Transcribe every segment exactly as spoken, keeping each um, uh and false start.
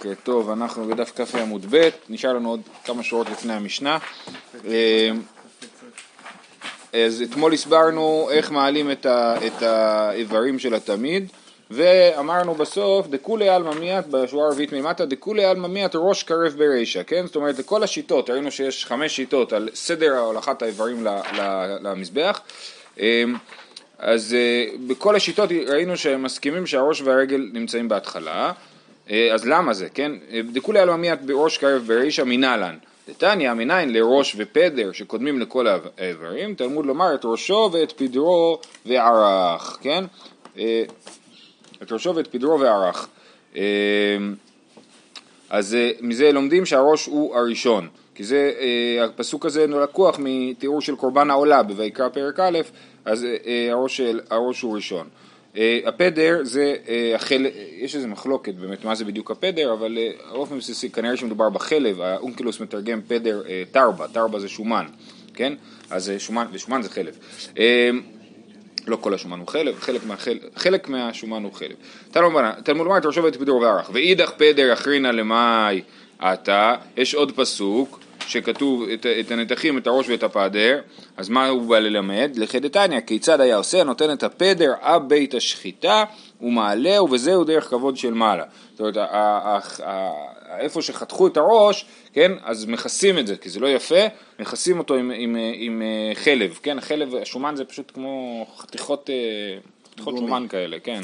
בוקר טוב, אנחנו בדף כ"ה עמוד ב', נשאר לנו עוד כמה שורות לפני המשנה. אז אתמול הסברנו איך מעלים את, ה, את האיברים של התמיד, ואמרנו בסוף, דכולי עלמא מיית, בשורה הרביעית מלמטה, דכולי עלמא מיית ראש קרב ברישא, כן? זאת אומרת, לכל השיטות, ראינו שיש חמש שיטות על סדר הולכת האיברים למזבח, אז בכל השיטות ראינו שהם מסכימים שהראש והרגל נמצאים בהתחלה. אז למה זה, כן? דכולי עלמא מיית בראש קרב ברישא מנהלן. דתניא מניין לראש ופדר שקודמים לכל האיברים, תלמוד לומר את ראשו ואת פדרו וערך, כן? את ראשו ואת פדרו וערך. אז מזה לומדים שהראש הוא הראשון, כי זה, הפסוק הזה לקוח מתיאור של קורבן העולה בויקרא פרק א', אז הראש, הראש הוא ראשון. הפדר זה, יש איזה מחלוקת באמת מה זה בדיוק הפדר, אבל באופן בסיסי כנראה שמדובר בחלב, האונקלוס מתרגם פדר תרבה, תרבה זה שומן, כן? אז שומן, ושומן זה חלב. לא כל השומן הוא חלב, חלק, מהחל, חלק מהשומן הוא חלב. תלמוד לומר את ראשו ואת פדרו וערך, ואידך פדר אחרינה למאי עתה, יש עוד פסוק, שכתוב את, את הנתחים, את הראש ואת הפדר, אז מה הוא בא ללמד? לחדתניא, כיצד היה עושה? נותן את הפדר אב בית השחיטה, ומעלה, ובזהו דרך כבוד של מעלה. זאת אומרת, איפה שחתכו את הראש, כן, אז מכסים את זה, כי זה לא יפה, מכסים אותו עם, עם, עם חלב, כן, חלב, השומן זה פשוט כמו חתיכות, חתיכות שומן כאלה, כן,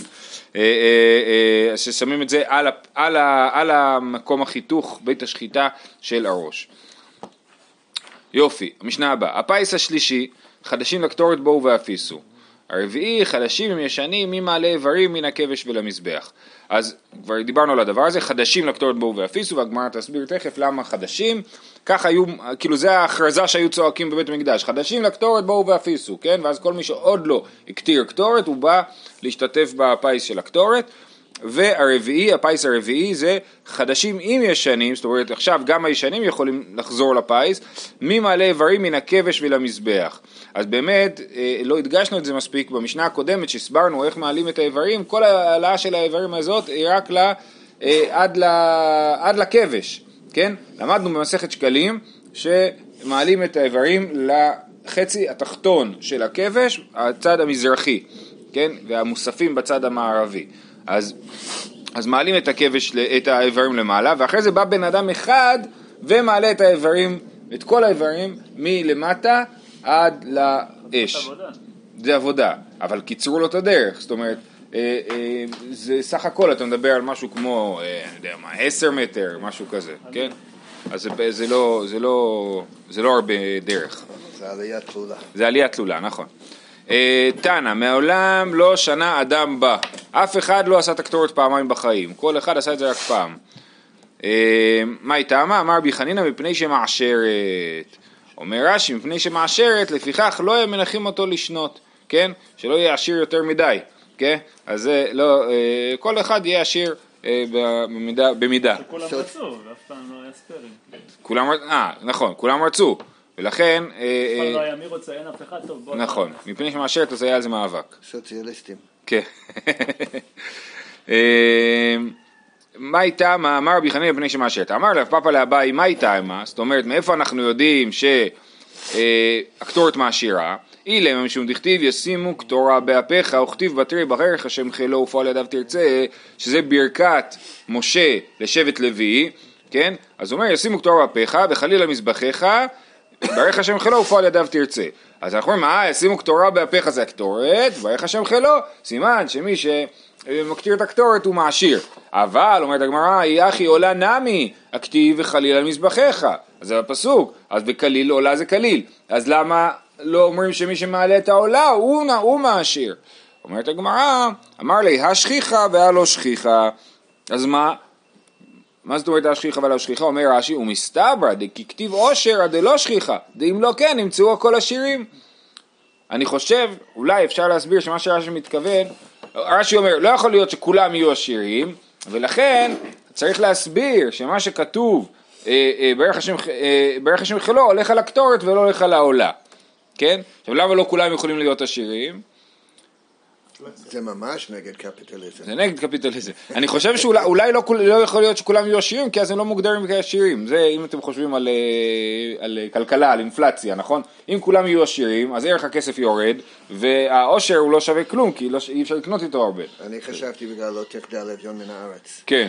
אז ששמים את זה על, על, על המקום החיתוך, בית השחיטה של הראש. יופי, המשנה הבאה, הפייס השלישי, חדשים לקטורת בואו ואפיסו. הרביעי, חדשים הם ישנים, מי מעלה איברים מן הכבש ולמזבח. אז כבר דיברנו על הדבר הזה, חדשים לקטורת בואו ואפיסו, והגמרא תסביר תכף למה חדשים. כך היו, כאילו זה ההכרזה שהיו צועקים בבית המקדש, חדשים לקטורת בואו ואפיסו, כן? ואז כל מי שעוד לא הקטיר קטורת, הוא בא להשתתף בפייס של הקטורת. והרביעי, הפייס הרביעי זה חדשים עם ישנים, זאת אומרת עכשיו גם הישנים יכולים לחזור לפייס, מי מעלה איברים מן הכבש ולמזבח. אז באמת לא הדגשנו את זה מספיק במשנה הקודמת שהסברנו איך מעלים את האיברים, כל העלאה של האיברים הזאת היא רק לה, עד, לה, עד לכבש, כן? למדנו במסכת שקלים שמעלים את האיברים לחצי התחתון של הכבש, הצד המזרחי, כן? והמוספים בצד המערבי. אז, אז מעלים את הכבש, את האיברים למעלה, ואחרי זה בא בן אדם אחד ומעלה את האיברים, את כל האיברים מלמטה עד לאש. זה עבודה, אבל קיצרו לו את הדרך, זאת אומרת, אה, אה, זה סך הכל, אתה מדבר על משהו כמו, אה, אני יודע מה, עשר מטר, משהו כזה, כן? אז זה, זה, לא, זה, לא, זה לא הרבה דרך. זה עלייה תלולה. זה עלייה תלולה, נכון. תנא, מעולם לא שנה אדם בא, אף אחד לא עשה את הקטורת פעמיים בחיים, כל אחד עשה את זה רק פעם. מה הייתה? מה אמר בי חנינא מפני שמעשרת, אומר רש"י מפני שמעשרת, לפיכך לא יהיה מנחים אותו לשנות, כן? שלא יהיה עשיר יותר מדי, כן? אז לא, כל אחד יהיה עשיר במידה, במידה. שכולם רצו, ואף פעם לא היה ספרים. כולם, אה, נכון, כולם רצו. ולכן... כבר לא היה מי רוצה, אין אף אחד טוב. נכון, מפני שמאשרת אז היה על זה מאבק. סוציאליסטים. כן. מה הייתה, מה אמר רבי חנינא מפני שמאשרת? אמר לה, פאפא לאביי, מה הייתה מה? זאת אומרת, מאיפה אנחנו יודעים שהקטורת מעשירה? אילם משום דכתיב ישימו קטורה באפיך, וכתיב בתרי בחרך השם חילו ופועל ידיו תרצה, שזה ברכת משה לשבט לוי, כן? אז הוא אומר, ישימו קטורה באפיך, וחלילה מזבחיך, ברך השם חילו ופועל ידיו תרצה. אז אנחנו אומרים, אה, ישימו קטורה באפיך זה הקטורת, ברך השם חילו, סימן שמי שמקטיר את הקטורת הוא מעשיר. אבל, אומרת הגמרא, היא אחי עולה נמי, הכתיב וחליל על מזבחיך. אז זה הפסוק, אז בכליל עולה זה כליל. אז למה לא אומרים שמי שמעלה את העולה הוא, הוא מעשיר? אומרת הגמרא, אמר לי, השכיחה והלא שכיחה. אז מה? מה זאת אומרת השכיחה והלא שכיחה? אומר רש"י, הוא מסתברא דכי כתיב עושר עד לא שכיחה, דאם לא כן נמצאו כל השירים. אני חושב, אולי אפשר להסביר שמה שרש"י מתכוון, רש"י אומר, לא יכול להיות שכולם יהיו עשירים, ולכן צריך להסביר שמה שכתוב אה, אה, ברך השם, אה, ברך השם חילו הולך על הקטורת ולא הולך על העולה, כן? עכשיו למה לא כולם יכולים להיות עשירים? זה ממש נגד קפיטליזם. זה נגד קפיטליזם. אני חושב שאולי לא, לא יכול להיות שכולם יהיו עשירים, כי אז הם לא מוגדרים כעשירים. זה אם אתם חושבים על, על כלכלה, על אינפלציה, נכון? אם כולם יהיו עשירים, אז ערך הכסף יורד, והעושר הוא לא שווה כלום, כי לא, אי אפשר לקנות איתו הרבה. אני חשבתי בגלל לא תחדל אביון מן הארץ. כן.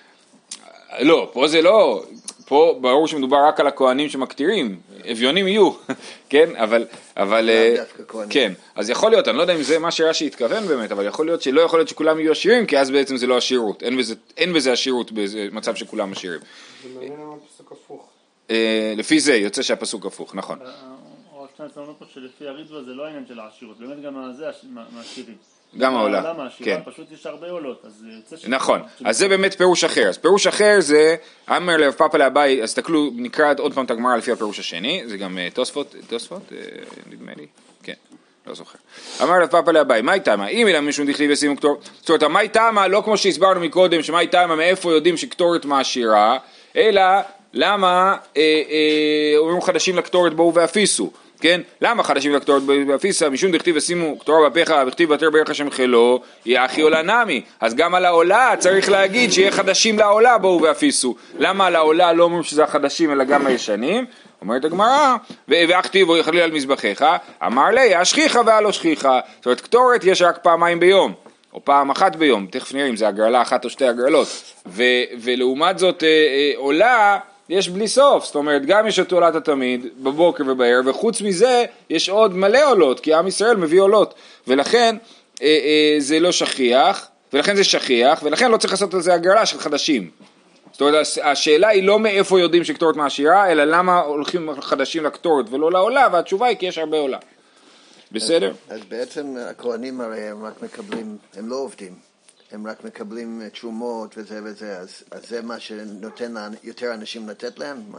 לא, פה זה לא, פה ברור שמדובר רק על הכהנים שמקטירים, אביונים יהיו, כן, אבל, אבל, כן, אז יכול להיות, אני לא יודע אם זה מה שרש"י התכוון באמת, אבל יכול להיות שלא יכול להיות שכולם יהיו עשירים, כי אז בעצם זה לא עשירות, אין בזה, אין בזה עשירות במצב שכולם עשירים. זה מעניין למה הפסוק הפוך. לפי זה יוצא שהפסוק הפוך, נכון. רק שני הצלנו פה שלפי הריטב"א זה לא העניין של העשירות, באמת גם זה מהעשירים. גם העולה, כן. פשוט יש הרבה עולות, אז יוצא ש... נכון, אז זה באמת פירוש אחר. אז פירוש אחר זה, אמר לרב פאפא לאביי, אז תקלו, נקרא עוד פעם את הגמרא לפי הפירוש השני, זה גם תוספות, תוספות, נדמה לי, כן, לא זוכר. אמר לרב פאפא לאביי, מה איתמה? אם אלא משום דכתיב ושימו קטורת, זאת אומרת, מה איתמה, לא כמו שהסברנו מקודם, שמה איתמה, מאיפה יודעים שקטורת מעשירה, אלא למה אומרים חדשים לקטורת בואו ואפיסו. כן? למה חדשים לקטורת באפיסה? משום דכתיב ושימו קטורה בפיך וכתיב ותר בערך השם חילו, יהיה אחי עולה נמי. אז גם על העולה צריך להגיד שיהיה חדשים לעולה בואו ואפיסו. למה על העולה לא אומרים שזה החדשים אלא גם הישנים? אומרת הגמרא, ואכתיב או יחליל על מזבחיך, אמר לי, השכיחה והלא שכיחה. זאת אומרת, קטורת יש רק פעמיים ביום, או פעם אחת ביום, תכף נראה אם זה הגרלה אחת או שתי הגרלות. ו- ולעומת זאת אה, אה, עולה, יש בלי סוף, זאת אומרת, גם יש את עולת התמיד, בבוקר ובערב, וחוץ מזה, יש עוד מלא עולות, כי עם ישראל מביא עולות, ולכן אה, אה, זה לא שכיח, ולכן זה שכיח, ולכן לא צריך לעשות על זה הגרלה של חדשים. זאת אומרת, השאלה היא לא מאיפה יודעים שקטורת מעשירה, אלא למה הולכים חדשים לקטורת ולא לעולה, והתשובה היא כי יש הרבה עולה. בסדר? אז, אז בעצם הכהנים הרי הם רק מקבלים, הם לא עובדים. הם רק מקבלים תשומות וזה וזה, אז, אז זה מה שנותן יותר אנשים לתת להם? מה?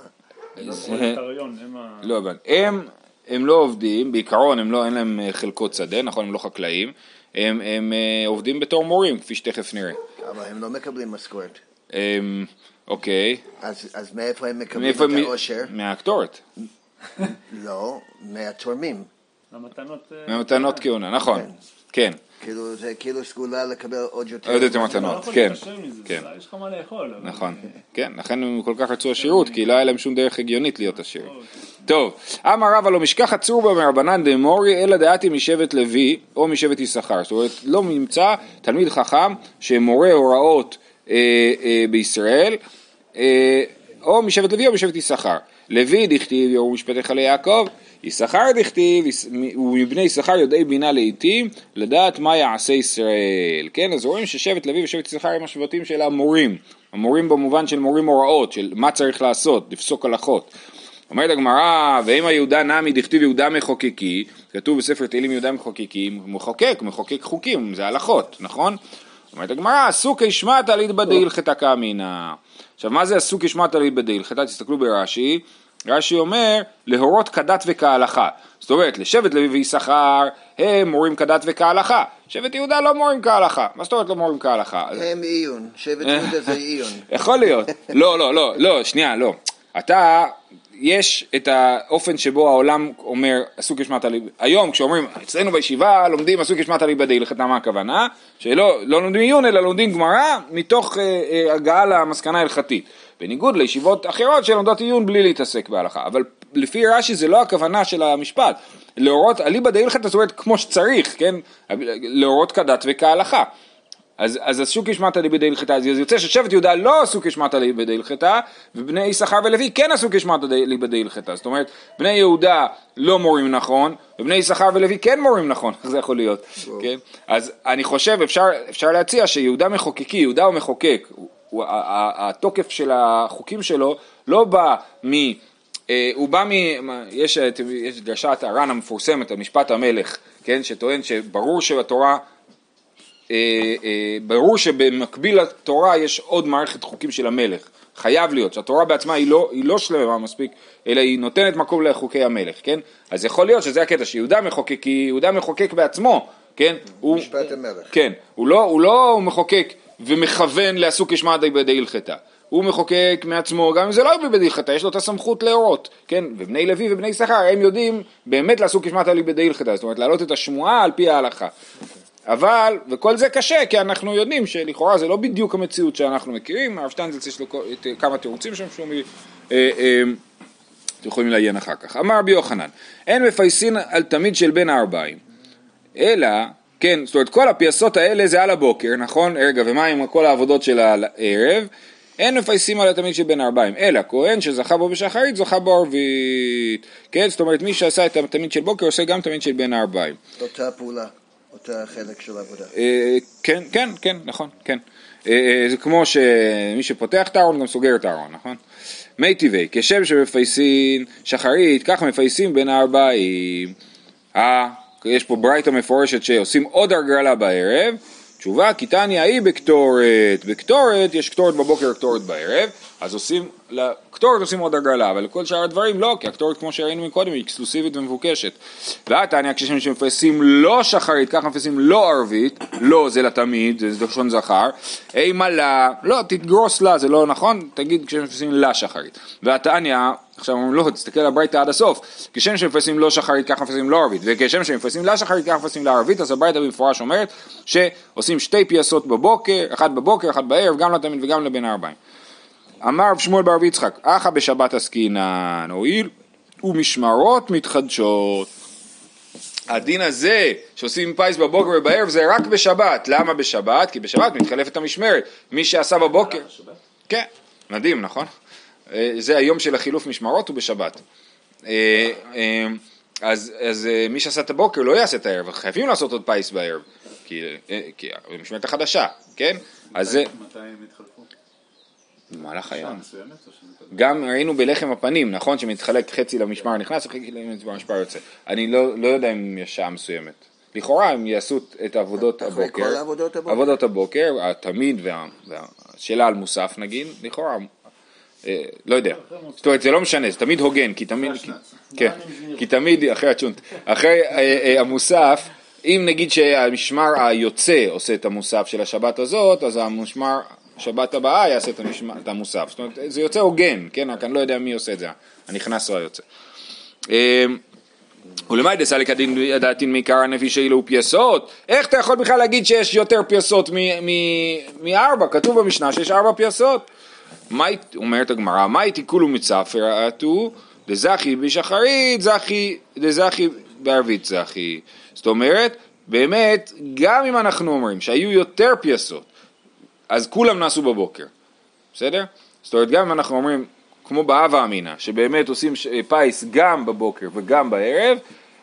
לא, אבל הם, הם לא עובדים, בעיקרון הם לא, אין להם חלקות שדה, נכון, הם לא חקלאים, הם, הם עובדים בתור מורים, כפי שתכף נראה. אבל הם לא מקבלים משכורת. הם, אוקיי. אז, אז מאיפה הם מקבלים את העושר? מהקטורת. לא, מהתורמים. מהמתנות... מהמתנות כהונה, נכון, כן. כאילו זה כאילו סגולה לקבל עוד יותר. עוד יותר מתנות, כן. כן. יש לך מה לאכול. נכון, כן, לכן הם כל כך רצו עשירות, כי לא היה להם שום דרך הגיונית להיות עשירים. טוב, אמר רבא לא משכחת צורבא מרבנן דאמורי, אלא דעתי משבט לוי או משבט יששכר. זאת אומרת, לא נמצא תלמיד חכם שמורה הוראות בישראל, או משבט לוי או משבט יששכר. לוי דכתיב יורו משפטיך ליעקב, יששכר דכתיב, ומבני יששכר יודעי בינה לעתים, לדעת מה יעשה ישראל. כן, אז רואים ששבט לוי ושבט יששכר הם השבטים של המורים, המורים במובן של מורים הוראות, של מה צריך לעשות, לפסוק הלכות. אומרת הגמרא, ואם היהודה נמי דכתיב יהודה מחוקקי, כתוב בספר תהילים יהודה מחוקקי, מחוקק, מחוקק חוקים, זה הלכות, נכון? אומרת הגמרא, סוכי שמעת להתבדי הלכתה כאמינא. עכשיו, מה זה הסוכי שמעת להתבדי הלכתה? תסתכלו ברש"י, רש"י אומר, להורות כדת וכהלכה. זאת אומרת, לשבט לוי ויששכר, הם מורים כדת וכהלכה. שבט יהודה לא מורים כהלכה. מה זאת אומרת לא מורים כהלכה? הם עיון, שבט יהודה זה עיון. יכול להיות. לא, לא, לא, לא, שנייה, לא. אתה, יש את האופן שבו העולם אומר, הסוכי שמעת להתבדי. היום כשאומרים, אצלנו בישיבה לומדים הסוכי שמעת להתבדי הלכתה, מה הכוונה? שלא לא לומדים עיון, אלא לומדים גמרא, מתוך אה, אה, הגעה למסקנה הלכתית. בניגוד לישיבות אחרות שלומדות עיון בלי להתעסק בהלכה. אבל לפי רש"י זה לא הכוונה של המשפט. להורות, אליבא דהילכתא, זאת אומרת כמו שצריך, כן? להורות כדת וכהלכה. אז, אז הסוכי שמעת אליבא דהילכתא, אז יוצא ששבט יהודה לא הסוכי שמעת אליבא דהילכתא, ובני יששכר ולוי כן הסוכי שמעת אליבא דהילכתא. זאת אומרת, בני יהודה לא מורים נכון, ובני יששכר ולוי כן מורים נכון. איך זה יכול להיות? כן? אז אני חושב, אפשר, אפשר להציע שיהודה מחוקקי, יהודה הוא מחוקק, הוא, התוקף של החוקים שלו לא בא מ... הוא בא מ... יש, יש דרשת הר"ן המפורסמת, המשפט המלך, כן? שטוען שברור שבתורה, ברור שבמקביל לתורה יש עוד מערכת חוקים של המלך. חייב להיות, שהתורה בעצמה היא לא, היא לא שלמה מספיק, אלא היא נותנת מקום לחוקי המלך, כן? אז יכול להיות שזה הקטע שיהודה מחוקק, כי יהודה מחוקק בעצמו, כן? משפט המלך. כן, הוא לא, הוא לא מחוקק ומכוון לעסוק שמעת להתבדי הלכתה. הוא מחוקק מעצמו, גם אם זה לא להתבדי הלכתה, יש לו את הסמכות להורות, כן? ובני לוי ובני יששכר, הם יודעים באמת לעסוק שמעת להתבדי הלכתה, זאת אומרת, להעלות את השמועה על פי ההלכה. אבל, וכל זה קשה, כי אנחנו יודעים שלכאורה זה לא בדיוק המציאות שאנחנו מכירים, הרב שטיינזלץ יש לו כמה תירוצים שם שהוא מי... אה, אה, אתם יכולים לעיין אחר כך. אמר רבי יוחנן, אין מפייסין על תמיד של בין הארבעים, אלא, כן, זאת אומרת, כל הפייסות האלה זה על הבוקר, נכון? רגע, ומה עם כל העבודות של הערב? אין מפייסים על התמיד של בין הארבעים, אלא כהן שזכה בו בשחרית, זכה בו ערבית. כן, זאת אומרת, מי שעשה את התמיד של בוקר, עושה גם תמיד של בין הארבעים. אותה פעולה, אותה חלק של העבודה. כן, כן, כן, נכון, כן. זה כמו שמי שפותח את הארון גם סוגר את הארון, נכון? מי טבעי, כשם שמפייסין שחרית, כך מפייסים בין הארבעים. אה, יש פה ברייתא מפורשת שעושים עוד הרגלה בערב. תשובה, כי תניא היא בקטורת. בקטורת יש קטורת בבוקר, קטורת בערב, אז עושים, לקטורת עושים עוד הרגלה, אבל לכל שאר הדברים לא, כי הקטורת כמו שראינו מקודם היא אקסקלוסיבית ומבוקשת. והתניא כשם שמפייסים לא שחרית, כך מפייסים לא ערבית, לא זה לתמיד, זה לשון זכר, אימה לה, לא, תתגרוס לה, זה לא נכון, תגיד כשם שמפייסים לה שחרית. והתניא, עכשיו אומרים לא, תסתכל על הברייתא עד הסוף, כשם שמפייסים לא שחרית, כך מפייסים לא ערבית, וכשם שמפייסים לה שחרית, כך מפייסים לה ערבית, אז הברייתא במפורש אומרת שעושים שתי פייסות בבוקר, אחת בבוקר, אחת בערב, גם לתמיד וגם לבין הארבעים. אמר רב שמואל בר רבי יצחק, אחא בשבת עסקינן, הואיל ומשמרות מתחדשות. הדין הזה שעושים פייס בבוקר ובערב זה רק בשבת. למה בשבת? כי בשבת מתחלפת המשמרת. מי שעשה בבוקר... כן, מדהים, נכון? זה היום של החילוף משמרות ובשבת. אז, אז מי שעשה את הבוקר לא יעשה את הערב, חייבים לעשות עוד פייס בערב, כי, כי המשמרת החדשה, כן? אז זה... מתי הם התחלפו? במהלך היום. גם ראינו בלחם הפנים, נכון? שמתחלק חצי למשמר נכנס וחצי למשמר יוצא. אני לא, לא יודע אם יש שעה מסוימת. לכאורה הם יעשו את עבודות הבוקר. כל עבודות הבוקר. עבודות הבוקר, התמיד והשאלה על מוסף נגיד, לכאורה, לא יודע. זאת אומרת, זה לא משנה, זה תמיד הוגן, כי תמיד... כן, כי תמיד, אחרי הצ'ונט, אחרי המוסף, אם נגיד שהמשמר היוצא עושה את המוסף של השבת הזאת, אז המשמר... שבת הבאה יעשה את, המשמע, את המוסף, זאת אומרת, זה יוצא הוגן, כן, רק אני לא יודע מי עושה את זה, הנכנס או היוצא. ולמי דסה לקדין ידעתין מעיקר הנפי שאילו פייסות, איך אתה יכול בכלל להגיד שיש יותר פייסות מארבע, כתוב במשנה שיש ארבע פייסות, אומרת הגמרא, מה תיקולו מצפר עתו, דזכי בשחרית, זכי, דזכי בערבית זכי, זאת אומרת, באמת, גם אם אנחנו אומרים שהיו יותר פייסות, אז כולם נעשו בבוקר, בסדר? זאת אומרת, גם אם אנחנו אומרים, כמו באהבה אמינה, שבאמת עושים פייס גם בבוקר וגם בערב,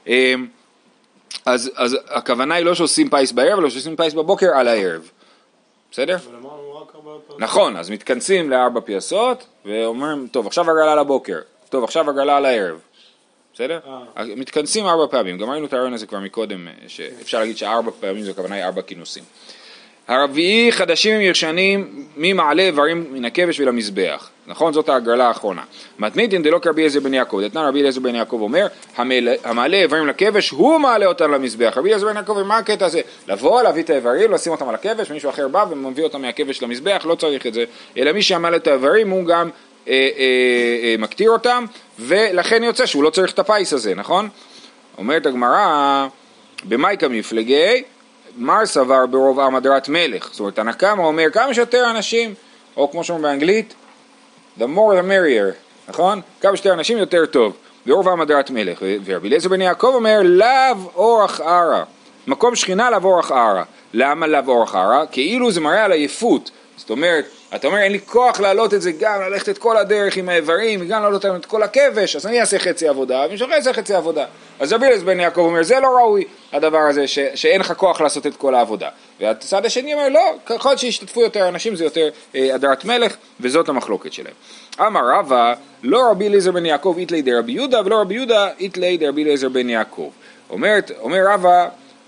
אז, אז הכוונה היא לא שעושים פייס בערב, אלא שעושים פייס בבוקר על הערב, בסדר? נכון, אז מתכנסים לארבע פייסות, ואומרים, טוב, עכשיו הגרלה לבוקר, טוב, עכשיו הגרלה על הערב, בסדר? מתכנסים ארבע פעמים, גם ראינו את הרעיון הזה כבר מקודם, שאפשר להגיד שארבע פעמים זה הכוונה היא ארבע כינוסים. הרביעי חדשים ישנים ממעלה איברים מן הכבש ולמזבח, נכון? זאת ההגרלה האחרונה. מתניתין דלא כרבי אליעזר בן יעקב, דתנן רבי אליעזר בן יעקב אומר, המעלה איברים לכבש הוא מעלה אותם למזבח. רבי אליעזר בן יעקב, מה הקטע הזה? לבוא, להביא את האיברים, לשים אותם על הכבש, מישהו אחר בא ומביא אותם מהכבש למזבח, לא צריך את זה, אלא מי שעמל את האיברים הוא גם אה, אה, אה, מקטיר אותם, ולכן יוצא שהוא לא צריך את הפייס הזה, נכון? אומרת הגמרא, במאיקה מפלגי, מר סבר ברוב עם הדרת מלך, זאת אומרת, הנקמה אומר כמה שיותר אנשים, או כמו שאומרים באנגלית, the more the merrier, נכון? כמה שיותר אנשים יותר טוב, ברוב עם הדרת מלך, ורבי אליעזר בן יעקב אומר, לאו אורח ערה, מקום שכינה לאו אורח ערה, למה לאו אורח ערה? כאילו זה מראה על עייפות, זאת אומרת, אתה אומר, אין לי כוח לעלות את זה גם, ללכת את כל הדרך עם האיברים, וגם לעלות את כל הכבש, אז אני אעשה חצי עבודה, ומשהו אחר יעשה חצי עבודה. אז רבי אליעזר בן יעקב אומר, זה לא ראוי, הדבר הזה, ש- שאין לך כוח לעשות את כל העבודה. והצד השני אומר, לא, ככל שישתתפו יותר אנשים, זה יותר אה, הדרת מלך, וזאת המחלוקת שלהם. אמר רבא, לא רבי אליעזר בן יעקב איתלי דרבי יהודה, ולא רבי יהודה איתלי דרבי אליעזר בן יעקב. אומרת, אומר רבא,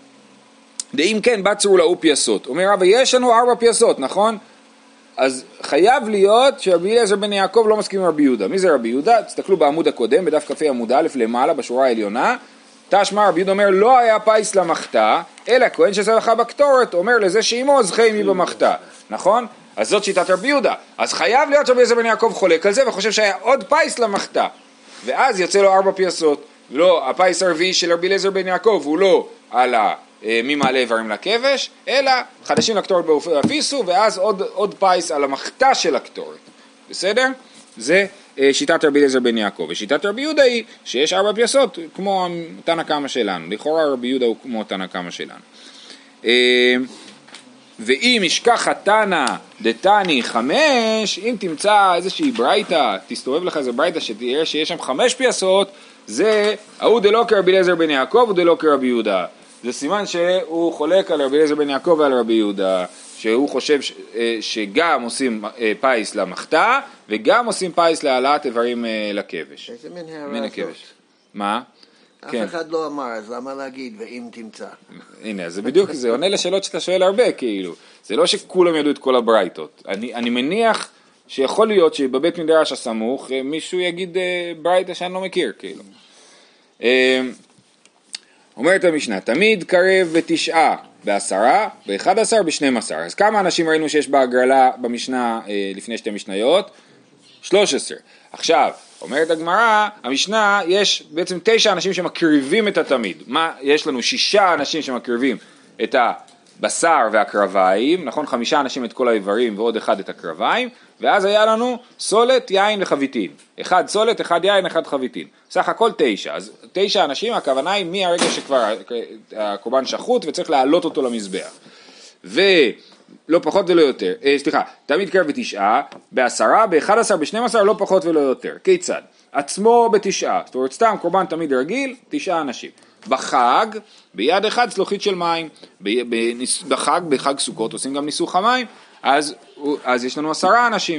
דאם כן בצרו לאו פייסות. אומר רבא, יש לנו ארבע פייסות, נכון? אז חייב להיות שרבי אליעזר בן יעקב לא מסכים עם רבי יהודה. מי זה רבי יהודה? תסתכלו בעמוד הקודם, בדף כ"ה עמוד א' למעלה, בשורה העליונה. תשמע רבי יהודה אומר, לא היה פייס למחתה, אלא כהן שזכה בקטורת, אומר לזה שאימו זכה עמי במחתה. נכון? אז זאת שיטת רבי יהודה. אז חייב להיות שרבי אליעזר בן יעקב חולק על זה, וחושב שהיה עוד פייס למחתה. ואז יוצא לו ארבע פייסות. לא, הפייס הרביעי של רבי אליעזר בן יעקב הוא לא על ממעלה איברים לכבש, אלא חדשים לקטורת באפיסו, ואז עוד, עוד פייס על המחתה של הקטורת. בסדר? זה שיטת רבי אליעזר בן יעקב. ושיטת רבי יהודה היא שיש ארבע פייסות, כמו תנא קמא שלנו. לכאורה רבי יהודה הוא כמו תנא קמא שלנו. ואם ישכח התנא דתני חמש, אם תמצא איזושהי ברייתא, תסתובב לך איזה ברייתא שתראה שיש שם חמש פייסות, זה ההוא דלא כרבי אליעזר בן יעקב ודלא כרבי יהודה. זה סימן שהוא חולק על רבי אליעזר בן יעקב ועל רבי יהודה, שהוא חושב ש, שגם עושים פייס למחתה, וגם עושים פייס להעלאת איברים לכבש. איזה מין הערה זאת? מה? אף כן. אחד לא אמר, אז למה להגיד ואם תמצא? הנה, זה בדיוק, זה עונה לשאלות שאתה שואל הרבה, כאילו. זה לא שכולם ידעו את כל הברייתות. אני, אני מניח שיכול להיות שבבית מדרש הסמוך, מישהו יגיד ברייתא שאני לא מכיר, כאילו. אומרת המשנה, תמיד קרב בתשעה, בעשרה, באחד עשר, בשנים עשר. אז כמה אנשים ראינו שיש בהגרלה במשנה לפני שתי משניות? שלוש עשרה. עכשיו, אומרת הגמרא, המשנה, יש בעצם תשע אנשים שמקריבים את התמיד. מה? יש לנו שישה אנשים שמקריבים את הבשר והקרביים, נכון? חמישה אנשים את כל האיברים ועוד אחד את הקרביים, ואז היה לנו סולת, יין וחביתין. אחד סולת, אחד יין, אחד חביתין. סך הכל תשע. אז תשע אנשים, הכוונה היא מהרגע שכבר הקורבן שחוט וצריך להעלות אותו למזבח. ולא פחות ולא יותר. אה, סליחה, תמיד קרב בתשעה, בעשרה, באחד עשר, בשנים עשר, לא פחות ולא יותר. כיצד? עצמו בתשעה. זאת אומרת, סתם קורבן תמיד רגיל, תשעה אנשים. בחג, ביד אחד צלוחית של מים. בחג, בחג סוכות, עושים גם ניסוך המים. אז, אז יש לנו עשרה אנשים,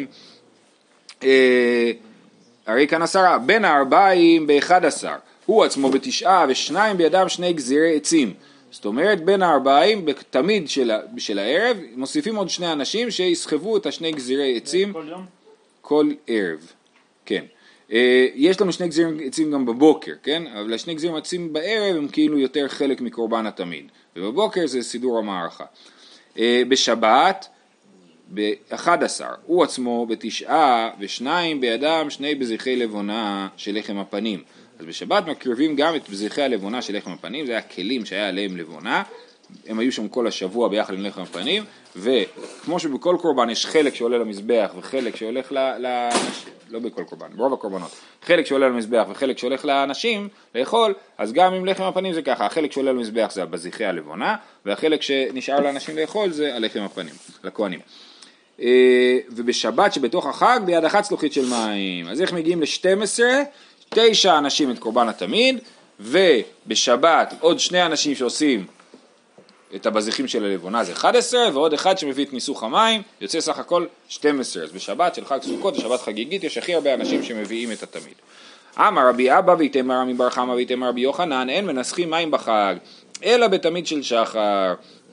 אה, הרי כאן עשרה, בין הארבעים באחד עשר, הוא עצמו בתשעה ושניים בידם שני גזירי עצים, זאת אומרת בין הארבעים תמיד של, של הערב, מוסיפים עוד שני אנשים שיסחבו את השני גזירי עצים כל יום? כל ערב, כן. אה, יש לנו שני גזירים עצים גם בבוקר, כן? אבל השני גזירים עצים בערב הם כאילו יותר חלק מקורבן התמיד, ובבוקר זה סידור המערכה. אה, בשבת, ב-אחד עשר, הוא עצמו בתשעה ושניים בידם שני בזיחי לבונה של לחם הפנים. אז בשבת מקריבים גם את בזיחי הלבונה של לחם הפנים, זה היה כלים שהיה עליהם לבונה, הם היו שם כל השבוע ביחד עם לחם הפנים, וכמו שבכל קורבן יש חלק שעולה למזבח וחלק שהולך ל... ל... לא בכל קורבן, ברוב הקורבנות, חלק שעולה למזבח וחלק שהולך לאנשים לאכול, אז גם עם לחם הפנים זה ככה, החלק שעולה למזבח זה בזיחי הלבונה, והחלק שנשאר לאנשים לאכול זה הלחם הפנים, לכהנים. ובשבת שבתוך החג ביד אחת צלוחית של מים. אז איך מגיעים ל-שתים עשרה? תשע אנשים את קורבן התמיד, ובשבת עוד שני אנשים שעושים את הבזיחים של הלבונה, זה אחד עשר, ועוד אחד שמביא את ניסוך המים, יוצא סך הכל שתים עשרה. אז בשבת של חג סוכות, בשבת חגיגית, יש הכי הרבה אנשים שמביאים את התמיד. אמר רבי אבא ויתמר רבי בר חמא ויתמר רבי יוחנן, אין מנסחים מים בחג, אלא בתמיד של שחר.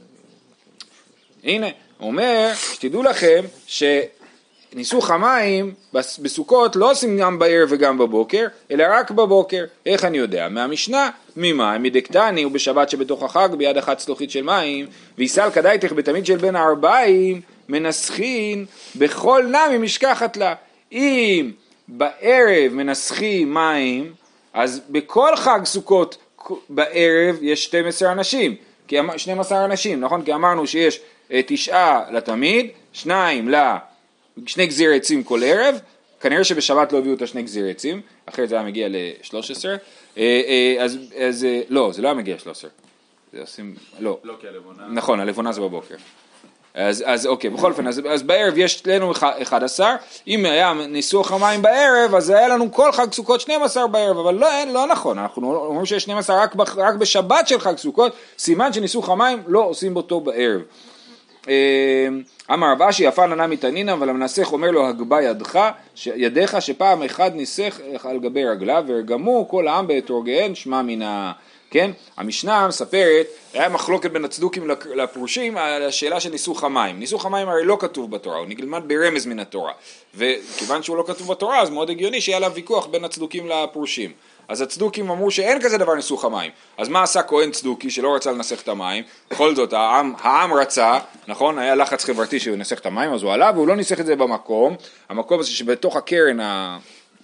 הנה, הוא אומר, שתדעו לכם שניסוך המים בסוכות לא עושים גם בערב וגם בבוקר, אלא רק בבוקר. איך אני יודע? מהמשנה, ממים, מדקתני ובשבת שבתוך החג ביד אחת צלוחית של מים, ויסל כדאיתך בתמיד של בין הארבעים, מנסחין בכל נמי משכחת לה. אם בערב מנסחים מים, אז בכל חג סוכות בערב יש שתים עשרה אנשים, כי שנים עשר אנשים, נכון? כי אמרנו שיש תשעה לתמיד, שניים לשני גזירי עצים כל ערב, כנראה שבשבת לא הביאו את השני גזירי עצים, אחרת זה היה מגיע ל-שלוש עשרה, אז, אז לא, זה לא היה מגיע ל-שלוש עשרה, זה עושים, לא, לא כי הלבונה. נכון, הלבונה זה בבוקר. אז, אז אוקיי, בכל אופן, אז, אז בערב יש לנו אחד עשר, אם היה ניסוח המים בערב, אז היה לנו כל חג סוכות שנים עשר בערב, אבל לא, לא נכון, אנחנו אומרים שיש שנים עשר רק, רק בשבת של חג סוכות, סימן שניסוח המים לא עושים אותו בערב. אמר רב אשי יפה ננה מתנינא, אבל המנסח אומר לו הגבה ידך, ידיך שפעם אחד ניסח על גבי רגליו, והרגמו כל העם באתרוגיהן שמע מינה. כן? המשנה מספרת, היה מחלוקת בין הצדוקים לפרושים על השאלה של ניסוך המים. ניסוך המים הרי לא כתוב בתורה, הוא נלמד ברמז מן התורה. וכיוון שהוא לא כתוב בתורה, אז מאוד הגיוני שיהיה לה ויכוח בין הצדוקים לפרושים. אז הצדוקים אמרו שאין כזה דבר ניסוך המים. אז מה עשה כהן צדוקי שלא רצה לנסח את המים? בכל זאת, העם, העם רצה, נכון? היה לחץ חברתי שהוא נסח את המים, אז הוא עלה, והוא לא ניסח את זה במקום. המקום הזה שבתוך הקרן,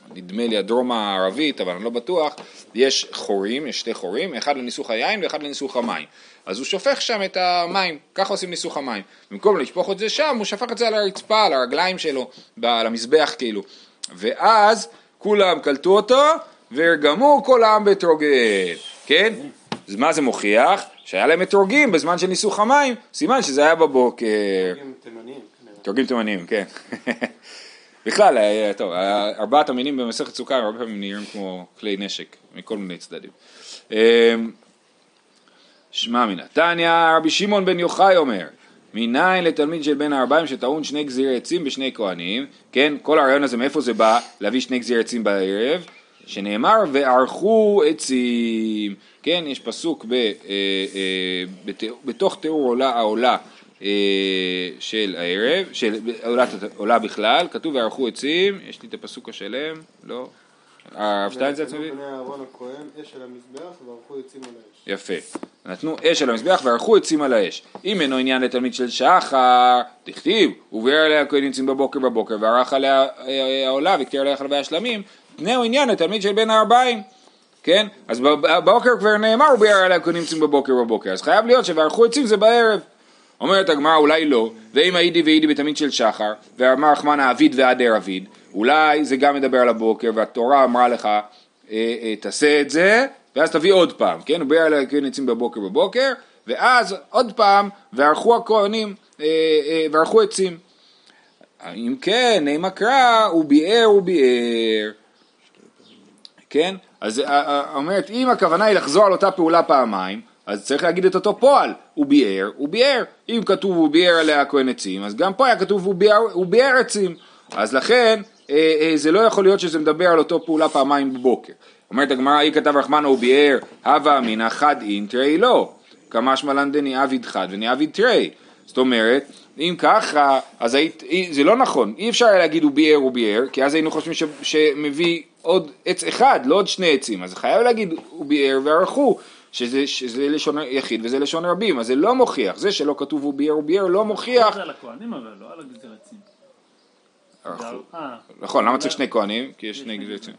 נדמה לי הדרום הערבית, אבל אני לא בטוח, יש חורים, יש שתי חורים, אחד לניסוך היין ואחד לניסוך המים. אז הוא שופך שם את המים, ככה עושים ניסוך המים. במקום לשפוך את זה שם, הוא שפך את זה על הרצפה, על הרגליים שלו, על המזבח כאילו. ואז כולם קלטו אותו, והרגמו כל העם באתרוגים, כן? אז מה זה מוכיח? שהיה להם אתרוגים בזמן של ניסוך המים, סימן שזה היה בבוקר. אתרוגים תימניים. אתרוגים תימניים, כן. בכלל, טוב, ארבעת המינים במסכת סוכה הרבה פעמים נראים כמו כלי נשק, מכל מיני צדדים. שמע מן התניא, רבי שמעון בן יוחאי אומר, מניין לתלמיד של בן הארבעים שטעון שני גזירי עצים בשני כהנים, כן, כל הרעיון הזה מאיפה זה בא, להביא שני גזירי עצים בערב, שנאמר וערכו עצים, כן, יש פסוק ב, אה, אה, בת, בתוך תיאור עולה העולה אה, של הערב, של עולה, עולה בכלל, כתוב וערכו עצים, יש לי את הפסוק השלם, לא, הרב שטיינזלץ מביא? בני אהרון הכהן, אש על המזבח וערכו עצים על האש. יפה, נתנו אש על המזבח וערכו עצים על האש. אם אינו עניין לתלמיד של שחר, תכתיב, וביאר עליה הכהן עצים בבוקר בבוקר, וערך עליה העולה וכתר עליה חלבי השלמים, תנאו עניין לתלמיד של בן הארבעים, כן? אז בבוקר כבר נאמר, הוא ביאר עליה הכהן עצים בבוקר בבוקר, אז חייב להיות שערכו עצים זה בערב. אומרת הגמרא, אולי לא, ואם היידי והיידי בתלמיד של שחר, ואמר רחמן האביד ועדר אביד, אולי זה גם מדבר על הבוקר, והתורה אמרה לך, אה, אה, תעשה את זה, ואז תביא עוד פעם, כן? הוא ביאר עליה הכהן עצים בבוקר בבוקר, ואז עוד פעם, וערכו הכהנים, אה, אה, וערכו עצים. אם כן, נאמר קרא, הוא ביאר, הוא ביאר. כן? אז אומרת, אם הכוונה היא לחזור על אותה פעולה פעמיים, אז צריך להגיד את אותו פועל, הוא ביאר, הוא ביאר. אם כתוב הוא ביאר עליה הכהן עצים, אז גם פה היה כתוב הוא ביאר, הוא ביאר עצים. אז לכן, אה, אה, זה לא יכול להיות שזה מדבר על אותו פעולה פעמיים בבוקר. אומרת הגמרא, היא כתב רחמנה הוא ביאר, הווה אמינא חד אין תרי לא. כמשמע לן דני אביד חד ודני אביד תרי. זאת אומרת, אם ככה, אז היית, זה לא נכון. אי אפשר להגיד הוא ביאר, הוא ביאר, כי אז היינו חושבים ש, שמביא עוד עץ אחד, לא עוד שני עצים. אז חייב להגיד הוא ביאר וערכו, שזה, שזה לשון יחיד וזה לשון רבים. אז זה לא מוכיח. זה שלא כתוב הוא ביאר, הוא ביאר, לא מוכיח. זה על הכהנים אבל, לא על הגזיר עצים. נכון, למה צריך שני כהנים? כי יש שני גזיר עצים.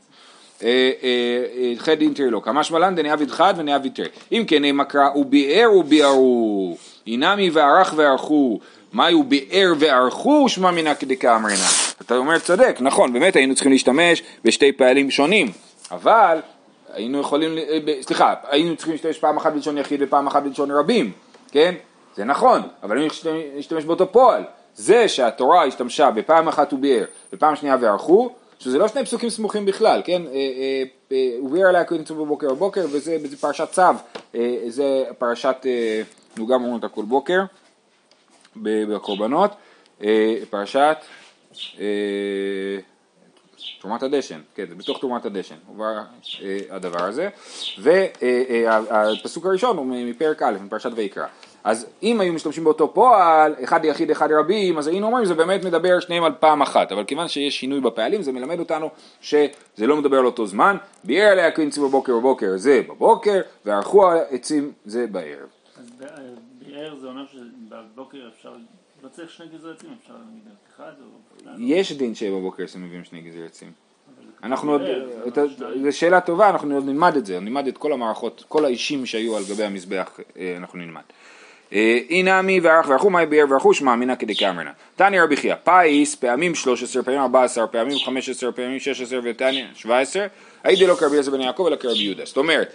חד אינטר לא, כמשמע לן דני אביד חד ודני אביד תרי. אם כן נאמר קרא הוא ביאר וביארו, אינמי וערך וערכו, מהי הוא ביאר וערכו, שמע מינא כדקאמרינא. אתה אומר צדק, נכון, באמת היינו צריכים להשתמש בשתי פעלים שונים, אבל היינו יכולים, סליחה, היינו צריכים להשתמש פעם אחת בלשון יחיד ופעם אחת בלשון רבים, כן? זה נכון, אבל היינו להשתמש באותו פועל. זה שהתורה השתמשה בפעם אחת הוא ביאר ופעם שנייה וערכו, שזה לא שני פסוקים סמוכים בכלל, כן? הוא ביאר עליה הכהן עצים בבוקר בבוקר, וזה פרשת צו, זה פרשת, אנחנו גם אומרים אותה כל בוקר, בקורבנות, פרשת תרומת הדשן, כן, זה בתוך תרומת הדשן, עובר הדבר הזה, והפסוק הראשון הוא מפרק א', מפרשת ויקרא. אז אם היו משתמשים באותו פועל, אחד יחיד אחד רבים, אז היינו אומרים זה באמת מדבר שניהם על פעם אחת, אבל כיוון שיש שינוי בפעלים, זה מלמד אותנו שזה לא מדבר על אותו זמן, ביאר עליה הכהן עצים בבוקר בבוקר זה בבוקר, וערכו העצים זה בערב. אז ביאר זה אומר שבבוקר אפשר, לא צריך שני גזרי עצים, אפשר להגיד אחד או... יש דין שבבוקר שמביאים שני גזרי עצים. אנחנו עוד, זו שאלה טובה, אנחנו עוד נלמד את זה, נלמד את כל המערכות, כל האישים שהיו על גבי המזבח, אנחנו נלמד. אינמי וערך וערכו מאי ביאר וערכו שמע אמינא כדקאמרינא. תניא רבי חייא, פיס פעמים שלוש עשרה, פעמים ארבע עשרה, פעמים חמש עשרה, פעמים שש עשרה ותניא שבע עשרה, היידי לא כרבי אליעזר בן יעקב אלא כרבי יהודה. זאת אומרת,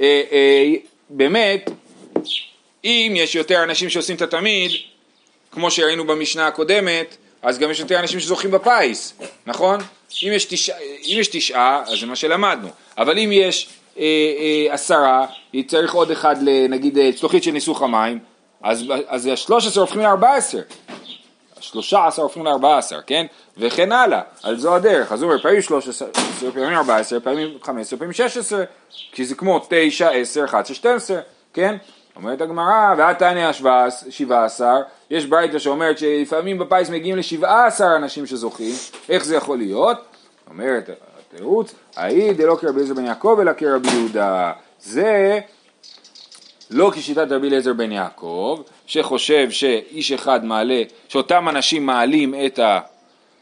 באמת, אם יש יותר אנשים שעושים את התמיד, כמו שראינו במשנה הקודמת, אז גם יש יותר אנשים שזוכים בפיס, נכון? אם יש תשעה, אם יש תשעה, אז זה מה שלמדנו. אבל אם יש אה, אה, עשרה, צריך עוד אחד, נגיד, צלוחית של ניסוך המים, אז, אז ה-שלוש עשרה הופכים ל-ארבע עשרה. ה-שלוש עשרה הופכים ל-ארבע עשרה, כן? וכן הלאה, על זו הדרך. אז הוא אומר, פעמים שלוש עשרה, פעמים ארבע עשרה, פעמים חמש עשרה, פעמים שש עשרה, כי זה כמו תשע, עשר, אחת עשרה, שתים עשרה, כן? אומרת הגמרא, והתניא שבע עשרה, יש ברייתא שאומרת שלפעמים בפיס מגיעים ל-שבע עשרה אנשים שזוכים, איך זה יכול להיות? אומרת התירוץ, האי דלא כרבי אליעזר בן יעקב אלא כרבי יהודה. זה לא כשיטת רבי אליעזר בן יעקב, שחושב שאיש אחד מעלה, שאותם אנשים מעלים את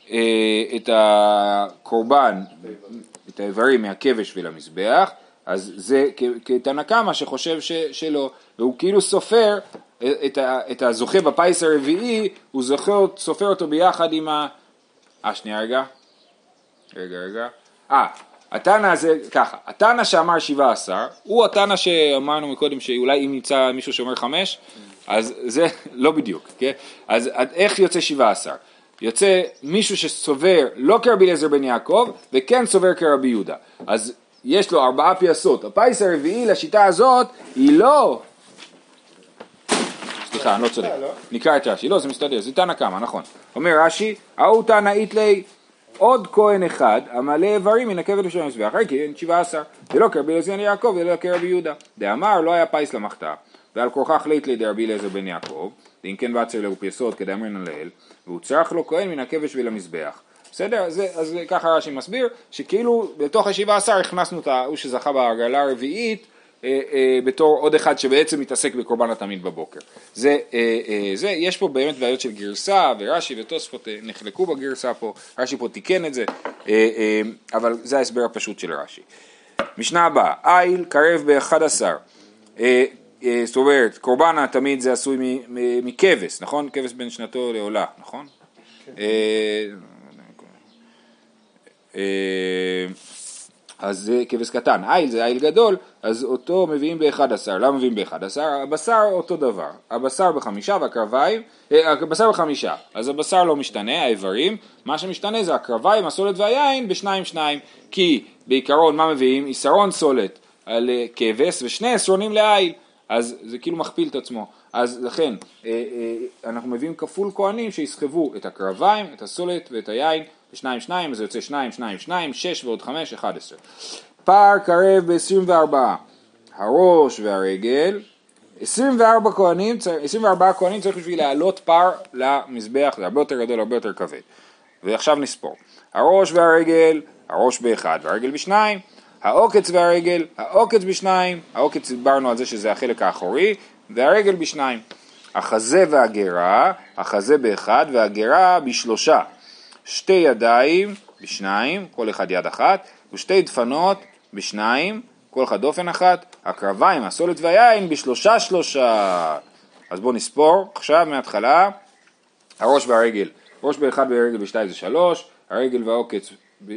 את הקורבן, את האיברים מהכבש ולמזבח, אז זה כתנא קמא שחושב שלא, והוא כאילו סופר את, את הזוכה בפיס הרביעי, הוא זוכר, סופר אותו ביחד עם ה... אה, שנייה רגע, רגע, רגע, אה, התנא הזה, ככה, התנא שאמר שבעה עשר, הוא התנא שאמרנו מקודם שאולי אם נמצא מישהו שאומר חמש, אז זה לא בדיוק, כן? אז איך יוצא שבעה עשר? יוצא מישהו שסובר לא כרבי אליעזר בן יעקב, וכן סובר כרבי יהודה. אז יש לו ארבעה פייסות. הפיס הרביעי לשיטה הזאת היא לא... סליחה, אני לא צודק. נקרא את רש"י. לא, זה מסתדר, זה תנא קמא, נכון. אומר רש"י, ההוא תנא איתלי עוד כהן אחד, המלא איברים מן הכבד של המזבח. כי אין שבעה עשר. זה לא כרבי אליעזר בן יעקב, ולא כרבי יהודה. דאמר לא היה פיס למחתה, ועל כורכך ליתלי דרבי אליעזר בן יעקב, ואם כן בצר לו פייסות כדאמרינן לעיל, והוא צריך לו כהן מן הכבש ולמזבח. בסדר? אז, אז ככה רש"י מסביר, שכאילו בתוך השבעה עשר הכנסנו את ההוא שזכה בהגרלה הרביעית, אה, אה, בתור עוד אחד שבעצם מתעסק בקורבן התמיד בבוקר. זה, אה, אה, זה, יש פה באמת בעיות של גרסה, ורש"י ותוספות אה, נחלקו בגרסה פה, רש"י פה תיקן את זה, אה, אה, אבל זה ההסבר הפשוט של רש"י. משנה הבאה, איל קרב באחד עשר, אה, זאת אומרת, קורבן התמיד זה עשוי מכבש, נכון? כבש בין שנתו לעולה, נכון? אז זה כבש קטן, איל זה איל גדול, אז אותו מביאים באחד עשר. למה מביאים באחד עשר? הבשר אותו דבר, הבשר בחמישה והקרביים, הבשר בחמישה, אז הבשר לא משתנה, האיברים, מה שמשתנה זה הקרביים, הסולת והיין בשניים שניים, כי בעיקרון מה מביאים? עשרון סולת על כבש ושני עשרונים לאיל, אז זה כאילו מכפיל את עצמו. אז לכן אנחנו מביאים כפול כהנים שיסחבו את הקרביים, את הסולת ואת היין בשניים שניים, אז זה יוצא שניים שניים שניים, שש ועוד חמש, אחד עשר. פער קרב ב-עשרים וארבע, הראש והרגל, עשרים וארבע כהנים, עשרים וארבע כהנים צריך בשביל להעלות פער למזבח, זה הרבה יותר גדול, הרבה יותר כבד. ועכשיו נספור. הראש והרגל, הראש באחד והרגל בשניים, העוקץ והרגל, העוקץ בשניים, העוקץ דיברנו על זה שזה החלק האחורי, והרגל בשניים. החזה והגרה, החזה באחד והגרה בשלושה. שתי ידיים בשניים, כל אחד יד אחת, ושתי דפנות בשניים, כל אחד דופן אחת. הקרביים, הסולת והיין בשלושה שלושה. אז בואו נספור, עכשיו מההתחלה, הראש והרגל, ראש באחד והרגל בשתיים זה שלוש, הרגל והעוקץ,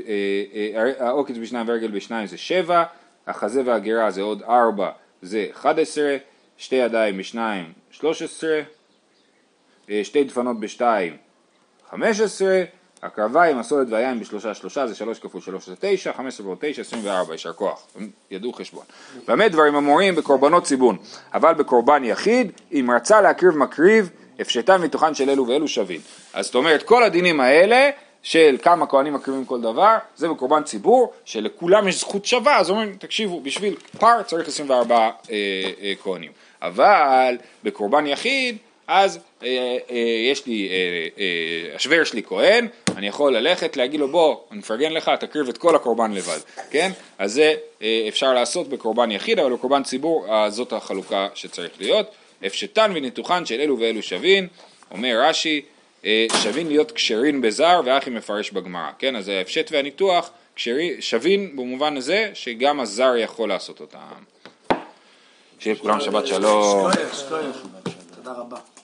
העוקץ בשניים והרגל בשניים זה שבע, החזה והגרה זה עוד ארבע, זה אחד עשר, שתי ידיים בשניים, שלוש עשרה, שתי דפנות בשתיים, חמש עשרה, הקרביים, הסולת והיין בשלושה שלושה, זה שלוש כפול שלוש זה תשע, חמש עשרה ועוד תשע, עשרים וארבע, ישר כוח, ידעו חשבון. באמת דברים אמורים בקורבנות ציבון, אבל בקורבן יחיד, אם רצה להקריב מקריב, הפשטן מתוכן של אלו ואלו שווים. אז זאת אומרת, כל הדינים האלה, של כמה כהנים מקריבים כל דבר, זה בקורבן ציבור, שלכולם יש זכות שווה, אז אומרים, תקשיבו, בשביל פר צריך עשרים וארבע אה, אה, כהנים. אבל בקורבן יחיד, אז אה, אה, יש לי, אה, אה, השוור שלי כהן, אני יכול ללכת, להגיד לו, בוא, אני מפרגן לך, תקריב את כל הקורבן לבד, כן? אז זה אה, אפשר לעשות בקורבן יחיד, אבל בקורבן ציבור, אה, זאת החלוקה שצריך להיות. הפשטן וניתוחן של אלו ואלו שווין, אומר רש"י, שווין להיות קשרין בזר, ואחי מפרש בגמרא, כן? אז ההפשט והניתוח שווין במובן הזה שגם הזר יכול לעשות אותם. שיהיה כולם שבת שלום. תודה רבה.